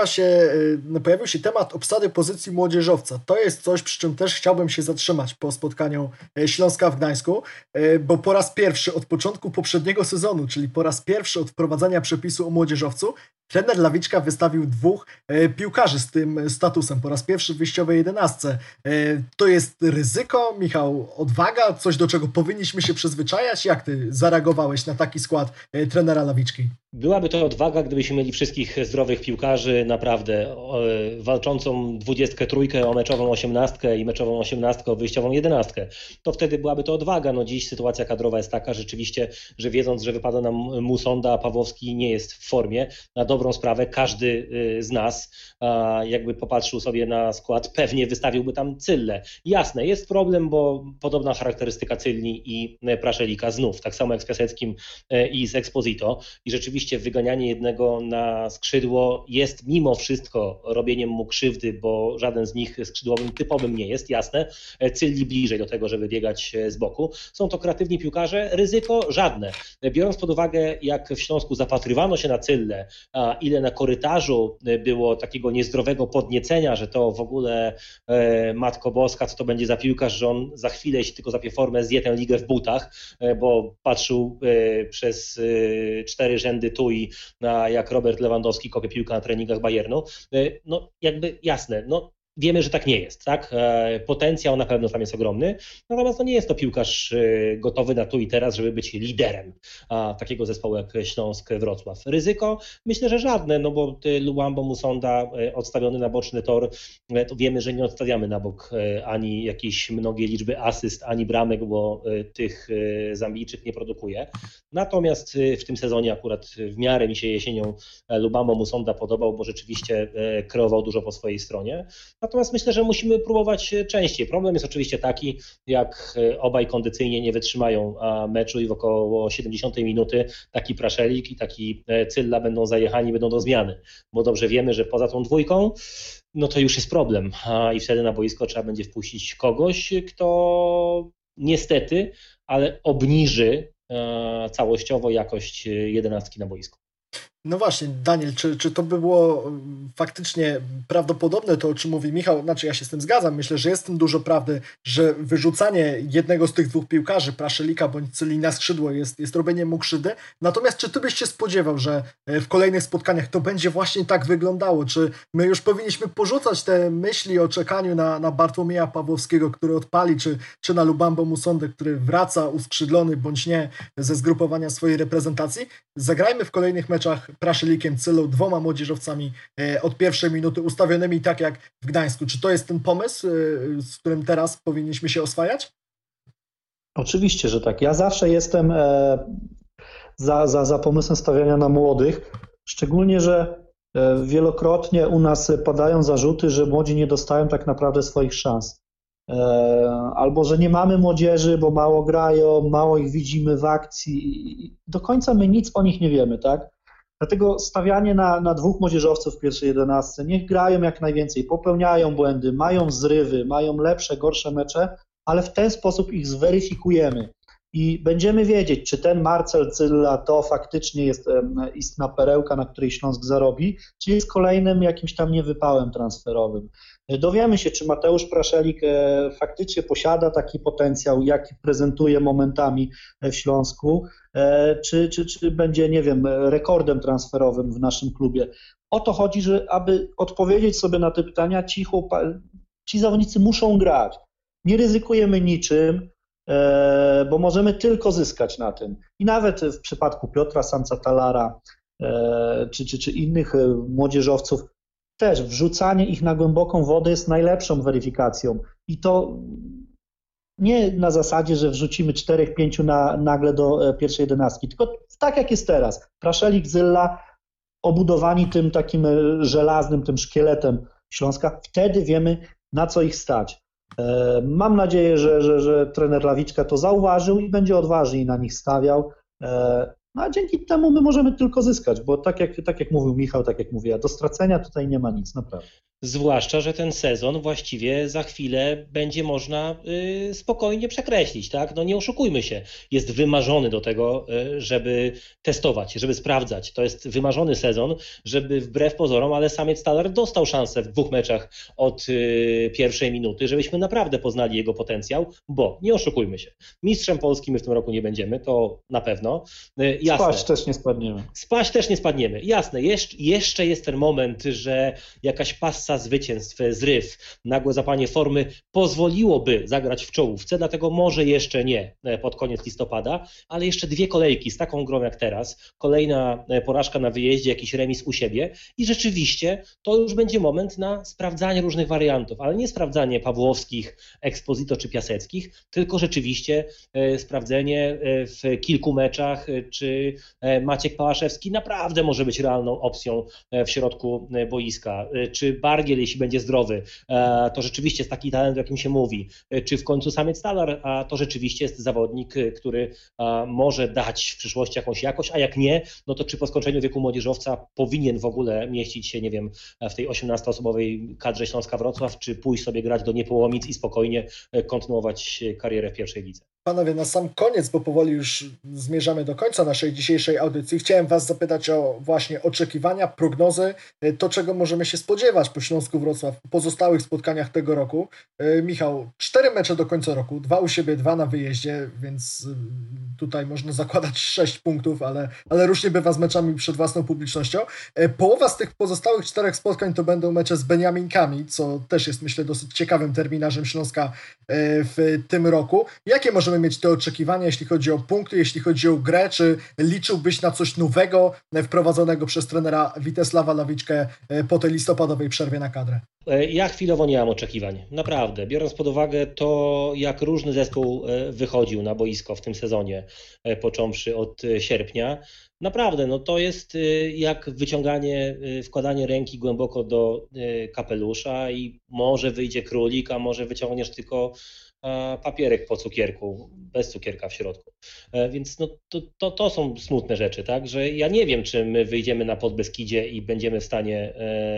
pojawił się temat obsady pozycji młodzieżowca. To jest coś, przy czym też chciałbym się zatrzymać po spotkaniu Śląska w Gdańsku, bo po raz pierwszy od początku poprzedniego sezonu, czyli po raz pierwszy od wprowadzania przepisu o młodzieżowcu, trener Lawiczka wystawił 2 piłkarzy z tym statusem, po raz pierwszy w wyjściowej 11. To jest ryzyko, Michał, odwaga, coś do czego powinniśmy się przyzwyczajać? Jak ty zareagowałeś na taki skład trenera Lawiczki? Byłaby to odwaga, gdybyśmy mieli wszystkich zdrowych piłkarzy, naprawdę walczącą 23 o meczową 18 i meczową 18 o wyjściową 11. To wtedy byłaby to odwaga. Dziś sytuacja kadrowa jest taka rzeczywiście, że wiedząc, że wypada nam Musonda, a Pawłowski nie jest w formie, na dobrą sprawę każdy z nas, jakby popatrzył sobie na skład, pewnie wystawiłby tam Cyllę. Jasne, jest problem, bo podobna charakterystyka Cylli i Praszelika znów, tak samo jak z Piaseckim i z Exposito. I rzeczywiście wyganianie jednego na skrzydło jest mimo wszystko robieniem mu krzywdy, bo żaden z nich skrzydłowym typowym nie jest, jasne. Cylli bliżej do tego, żeby biegać z boku. Są to kreatywni piłkarze, ryzyko żadne. Biorąc pod uwagę, jak w Śląsku zapatrywano się na Cyllę, a ile na korytarzu było takiego niezdrowego podniecenia, że to w ogóle Matko Boska, co to będzie za piłkarz, że on za chwilę, jeśli tylko zapie formę, zje tę ligę w butach, bo patrzył przez 4 rzędy tu i jak Robert Lewandowski kopie piłkę na treningach Bayernu. Jakby jasne, wiemy, że tak nie jest, tak? Potencjał na pewno tam jest ogromny, natomiast nie jest to piłkarz gotowy na tu i teraz, żeby być liderem takiego zespołu jak Śląsk-Wrocław. Ryzyko? Myślę, że żadne, bo Luambo Musonda odstawiony na boczny tor, to wiemy, że nie odstawiamy na bok ani jakiejś mnogiej liczby asyst, ani bramek, bo tych Zambijczyk nie produkuje. Natomiast w tym sezonie akurat w miarę mi się jesienią Luambo Musonda podobał, bo rzeczywiście kreował dużo po swojej stronie. Natomiast myślę, że musimy próbować częściej. Problem jest oczywiście taki, jak obaj kondycyjnie nie wytrzymają meczu i w około 70 minuty taki Praszelik i taki Cylla będą zajechani, będą do zmiany. Bo dobrze wiemy, że poza tą dwójką, to już jest problem. I wtedy na boisko trzeba będzie wpuścić kogoś, kto niestety, ale obniży całościowo jakość 11 na boisku. No właśnie, Daniel, czy to by było faktycznie prawdopodobne, to o czym mówi Michał? Znaczy ja się z tym zgadzam, myślę, że jest w tym dużo prawdy, że wyrzucanie jednego z tych 2 piłkarzy, Praszelika bądź Cylli na skrzydło jest robieniem mu krzywdy. Natomiast czy ty byś się spodziewał, że w kolejnych spotkaniach to będzie właśnie tak wyglądało? Czy my już powinniśmy porzucać te myśli o czekaniu na Bartłomieja Pawłowskiego, który odpali, czy na Lubambo Musondę, który wraca uskrzydlony bądź nie ze zgrupowania swojej reprezentacji? Zagrajmy w kolejnych meczach Praszelikiem, Cyllą, 2 młodzieżowcami od pierwszej minuty ustawionymi tak jak w Gdańsku. Czy to jest ten pomysł, z którym teraz powinniśmy się oswajać? Oczywiście, że tak. Ja zawsze jestem za pomysłem stawiania na młodych, szczególnie, że wielokrotnie u nas padają zarzuty, że młodzi nie dostają tak naprawdę swoich szans. Albo że nie mamy młodzieży, bo mało grają, mało ich widzimy w akcji. Do końca my nic o nich nie wiemy, tak? Dlatego stawianie na 2 młodzieżowców w pierwszej 11, niech grają jak najwięcej, popełniają błędy, mają zrywy, mają lepsze, gorsze mecze, ale w ten sposób ich zweryfikujemy. i będziemy wiedzieć, czy ten Marcel Zylla to faktycznie jest istna perełka, na której Śląsk zarobi, czy jest kolejnym jakimś tam niewypałem transferowym. Dowiemy się, czy Mateusz Praszelik faktycznie posiada taki potencjał, jaki prezentuje momentami w Śląsku, czy będzie, nie wiem, rekordem transferowym w naszym klubie. O to chodzi, że aby odpowiedzieć sobie na te pytania, ci zawodnicy muszą grać. Nie ryzykujemy niczym, bo możemy tylko zyskać na tym. I nawet w przypadku Piotra Samca-Talara czy innych młodzieżowców też wrzucanie ich na głęboką wodę jest najlepszą weryfikacją. I to nie na zasadzie, że wrzucimy 4-5 nagle do pierwszej 11, tylko tak jak jest teraz. Praszelik, Zylla obudowani tym takim żelaznym, tym szkieletem Śląska, wtedy wiemy, na co ich stać. Mam nadzieję, że trener Lawiczka to zauważył i będzie odważniej na nich stawiał. No a dzięki temu my możemy tylko zyskać, bo tak jak mówił Michał, tak jak mówię, do stracenia tutaj nie ma nic, naprawdę. Zwłaszcza, że ten sezon właściwie za chwilę będzie można spokojnie przekreślić, tak? No nie oszukujmy się, jest wymarzony do tego, żeby testować, żeby sprawdzać. To jest wymarzony sezon, żeby wbrew pozorom, ale samiec Talar dostał szansę w 2 meczach od pierwszej minuty, żebyśmy naprawdę poznali jego potencjał, bo nie oszukujmy się, mistrzem Polski my w tym roku nie będziemy, to na pewno. Jasne. Spaść też nie spadniemy. Spaść też nie spadniemy, jasne. Jeszcze jest ten moment, że jakaś passa zwycięstw, zryw, nagłe zapalenie formy pozwoliłoby zagrać w czołówce, dlatego może jeszcze nie pod koniec listopada, ale jeszcze 2 kolejki z taką grą jak teraz, kolejna porażka na wyjeździe, jakiś remis u siebie i rzeczywiście to już będzie moment na sprawdzanie różnych wariantów, ale nie sprawdzanie Pawłowskich, Exposito czy Piaseckich, tylko rzeczywiście sprawdzenie w kilku meczach, czy Maciek Pałaszewski naprawdę może być realną opcją w środku boiska, czy Bargiel, jeśli będzie zdrowy, to rzeczywiście jest taki talent, o jakim się mówi, czy w końcu samiec Talar, a to rzeczywiście jest zawodnik, który może dać w przyszłości jakąś jakość, a jak nie, no to czy po skończeniu wieku młodzieżowca powinien w ogóle mieścić się, nie wiem, w tej 18-osobowej kadrze Śląska Wrocław, czy pójść sobie grać do Niepołomic i spokojnie kontynuować karierę w pierwszej lidze. Panowie, na sam koniec, bo powoli już zmierzamy do końca naszej dzisiejszej audycji, chciałem was zapytać o właśnie oczekiwania, prognozy, to czego możemy się spodziewać po Śląsku Wrocław w pozostałych spotkaniach tego roku. Michał, 4 mecze do końca roku, 2 u siebie, 2 na wyjeździe, więc tutaj można zakładać 6 punktów, ale różnie bywa z meczami przed własną publicznością. Połowa z tych pozostałych 4 spotkań to będą mecze z Beniaminkami, co też jest, myślę, dosyć ciekawym terminarzem Śląska w tym roku. Jakie możemy mieć te oczekiwania, jeśli chodzi o punkty, jeśli chodzi o grę? Czy liczyłbyś na coś nowego wprowadzonego przez trenera Witesława Lawiczkę po tej listopadowej przerwie na kadrę? Ja chwilowo nie mam oczekiwań, naprawdę. Biorąc pod uwagę to, jak różny zespół wychodził na boisko w tym sezonie, począwszy od sierpnia, naprawdę, no to jest jak wkładanie ręki głęboko do kapelusza i może wyjdzie królik, a może wyciągniesz tylko papierek po cukierku, bez cukierka w środku. Więc no, to są smutne rzeczy, tak? Że ja nie wiem, czy my wyjdziemy na Podbeskidzie i będziemy w stanie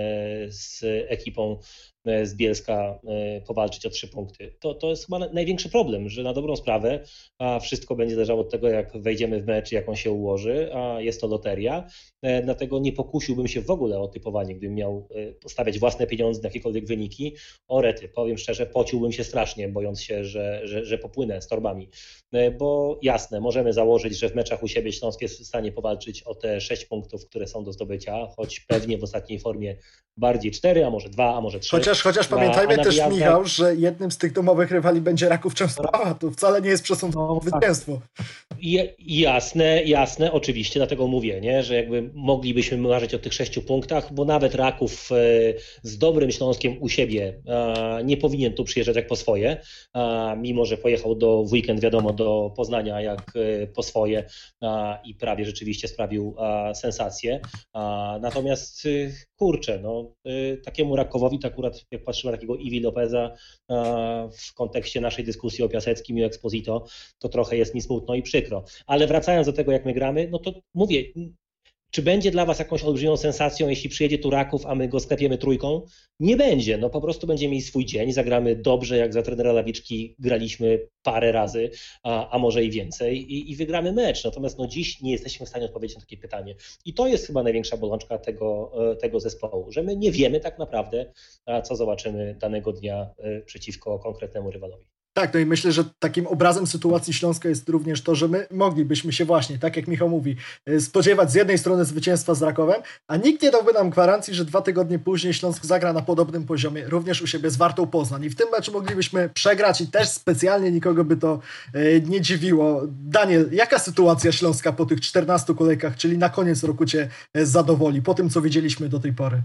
z ekipą z Bielska powalczyć o 3 punkty. To jest chyba największy problem, że na dobrą sprawę wszystko będzie zależało od tego, jak wejdziemy w mecz, jak on się ułoży, a jest to loteria. Dlatego nie pokusiłbym się w ogóle o typowanie, gdybym miał postawiać własne pieniądze na jakiekolwiek wyniki. O rety, powiem szczerze, pociłbym się strasznie, bojąc się, że popłynę z torbami. Bo jasne, możemy założyć, że w meczach u siebie Śląsk jest w stanie powalczyć o te 6 punktów, które są do zdobycia, choć pewnie w ostatniej formie bardziej 4, a może 2, a może 3. Chociaż pamiętajmy też, Michał, że jednym z tych domowych rywali będzie Raków Częstochowa. To wcale nie jest przesądzone zwycięstwo. Jasne, oczywiście, dlatego mówię, nie, że jakby moglibyśmy marzyć o tych 6 punktach, bo nawet Raków z dobrym Śląskiem u siebie nie powinien tu przyjeżdżać jak po swoje, mimo że pojechał w weekend, wiadomo, do Poznania jak po swoje i prawie rzeczywiście sprawił sensację. Natomiast kurczę, no takiemu Rakowowi, tak akurat jak patrzymy na takiego Iwi Lopeza w kontekście naszej dyskusji o Piaseckim i o Exposito, to trochę jest mi smutno i przykro. Ale wracając do tego, jak my gramy, no to mówię, Czy będzie dla was jakąś olbrzymią sensacją, jeśli przyjedzie tu Raków, a my go sklepiemy trójką? Nie będzie, no po prostu będziemy mieli swój dzień, zagramy dobrze, jak za trenera Lawiczki graliśmy parę razy, a może i więcej i wygramy mecz. Natomiast no dziś nie jesteśmy w stanie odpowiedzieć na takie pytanie. I to jest chyba największa bolączka tego zespołu, że my nie wiemy tak naprawdę, co zobaczymy danego dnia przeciwko konkretnemu rywalowi. Tak, no i myślę, że takim obrazem sytuacji Śląska jest również to, że my moglibyśmy się właśnie, tak jak Michał mówi, spodziewać z jednej strony zwycięstwa z Rakowem, a nikt nie dałby nam gwarancji, że 2 tygodnie później Śląsk zagra na podobnym poziomie, również u siebie z Wartą Poznań. I w tym meczu moglibyśmy przegrać i też specjalnie nikogo by to nie dziwiło. Daniel, jaka sytuacja Śląska po tych 14 kolejkach, czyli na koniec roku cię zadowoli, po tym, co widzieliśmy do tej pory?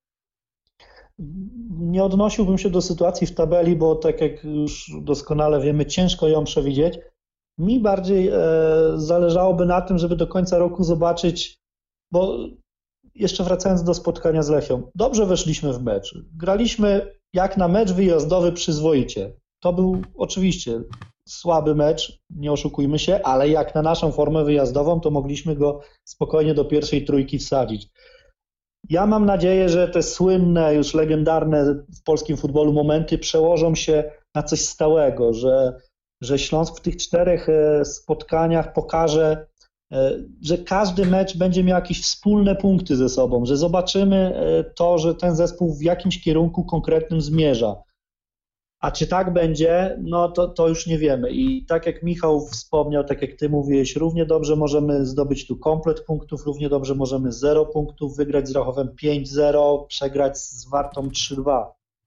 Nie odnosiłbym się do sytuacji w tabeli, bo tak jak już doskonale wiemy, ciężko ją przewidzieć. Mi bardziej zależałoby na tym, żeby do końca roku zobaczyć, bo jeszcze wracając do spotkania z Lechią, dobrze weszliśmy w mecz. Graliśmy jak na mecz wyjazdowy przyzwoicie. To był oczywiście słaby mecz, nie oszukujmy się, ale jak na naszą formę wyjazdową, to mogliśmy go spokojnie do pierwszej trójki wsadzić. Ja mam nadzieję, że te słynne, już legendarne w polskim futbolu momenty przełożą się na coś stałego, że Śląsk w tych 4 spotkaniach pokaże, że każdy mecz będzie miał jakieś wspólne punkty ze sobą, że zobaczymy to, że ten zespół w jakimś kierunku konkretnym zmierza. A czy tak będzie, no to już nie wiemy. I tak jak Michał wspomniał, tak jak ty mówiłeś, równie dobrze możemy zdobyć tu komplet punktów, równie dobrze możemy 0 punktów, wygrać z Rachowem 5-0, przegrać z Wartą 3-2.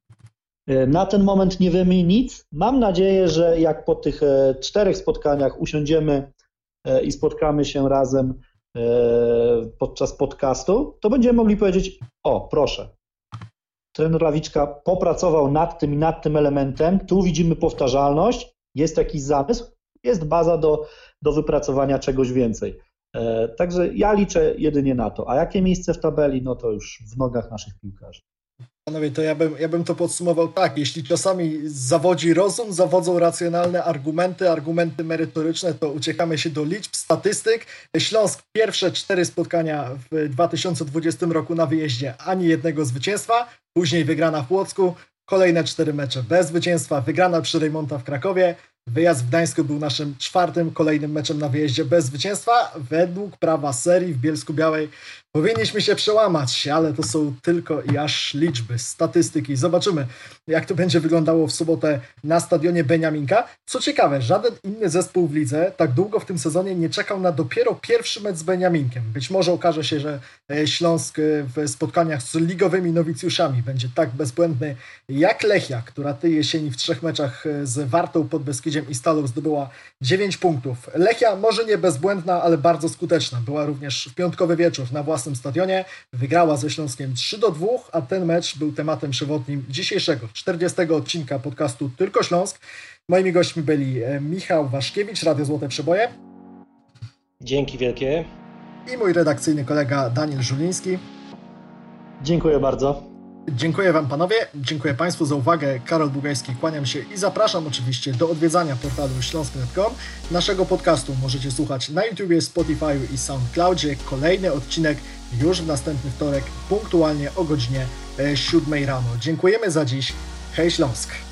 Na ten moment nie wiemy nic. Mam nadzieję, że jak po tych 4 spotkaniach usiądziemy i spotkamy się razem podczas podcastu, to będziemy mogli powiedzieć, o proszę, trener Lawiczka popracował nad tym i nad tym elementem, tu widzimy powtarzalność, jest jakiś zamysł, jest baza do wypracowania czegoś więcej. Także ja liczę jedynie na to. A jakie miejsce w tabeli, no to już w nogach naszych piłkarzy. Panowie, to ja bym to podsumował tak, jeśli czasami zawodzi rozum, zawodzą racjonalne argumenty merytoryczne, to uciekamy się do liczb, statystyk. Śląsk pierwsze 4 spotkania w 2020 roku na wyjeździe, ani jednego zwycięstwa, później wygrana w Płocku, kolejne 4 mecze bez zwycięstwa, wygrana przy Rejmonta w Krakowie, wyjazd w Gdańsku był naszym 4. kolejnym meczem na wyjeździe bez zwycięstwa. Według prawa serii w Bielsku-Białej powinniśmy się przełamać, ale to są tylko i aż liczby, statystyki. Zobaczymy, jak to będzie wyglądało w sobotę na stadionie Beniaminka. Co ciekawe, żaden inny zespół w lidze tak długo w tym sezonie nie czekał na dopiero pierwszy mecz z Beniaminkiem. Być może okaże się, że Śląsk w spotkaniach z ligowymi nowicjuszami będzie tak bezbłędny jak Lechia, która tej jesieni w 3 meczach z Wartą, Podbeskidziem i Stalą zdobyła 9 punktów. Lechia może nie bezbłędna, ale bardzo skuteczna. Była również w piątkowy wieczór na własnym stadionie. Wygrała ze Śląskiem 3-2, a ten mecz był tematem przewodnim dzisiejszego 40. odcinka podcastu Tylko Śląsk. Moimi gośćmi byli Michał Waszkiewicz, Radio Złote Przeboje. Dzięki wielkie. I mój redakcyjny kolega Daniel Żuliński. Dziękuję bardzo. Dziękuję Wam panowie, dziękuję Państwu za uwagę. Karol Bugajski, kłaniam się i zapraszam oczywiście do odwiedzania portalu śląsk.com. Naszego podcastu możecie słuchać na YouTubie, Spotify i SoundCloudzie. Kolejny odcinek już w następny wtorek, punktualnie o godzinie 7 rano. Dziękujemy za dziś. Hej Śląsk!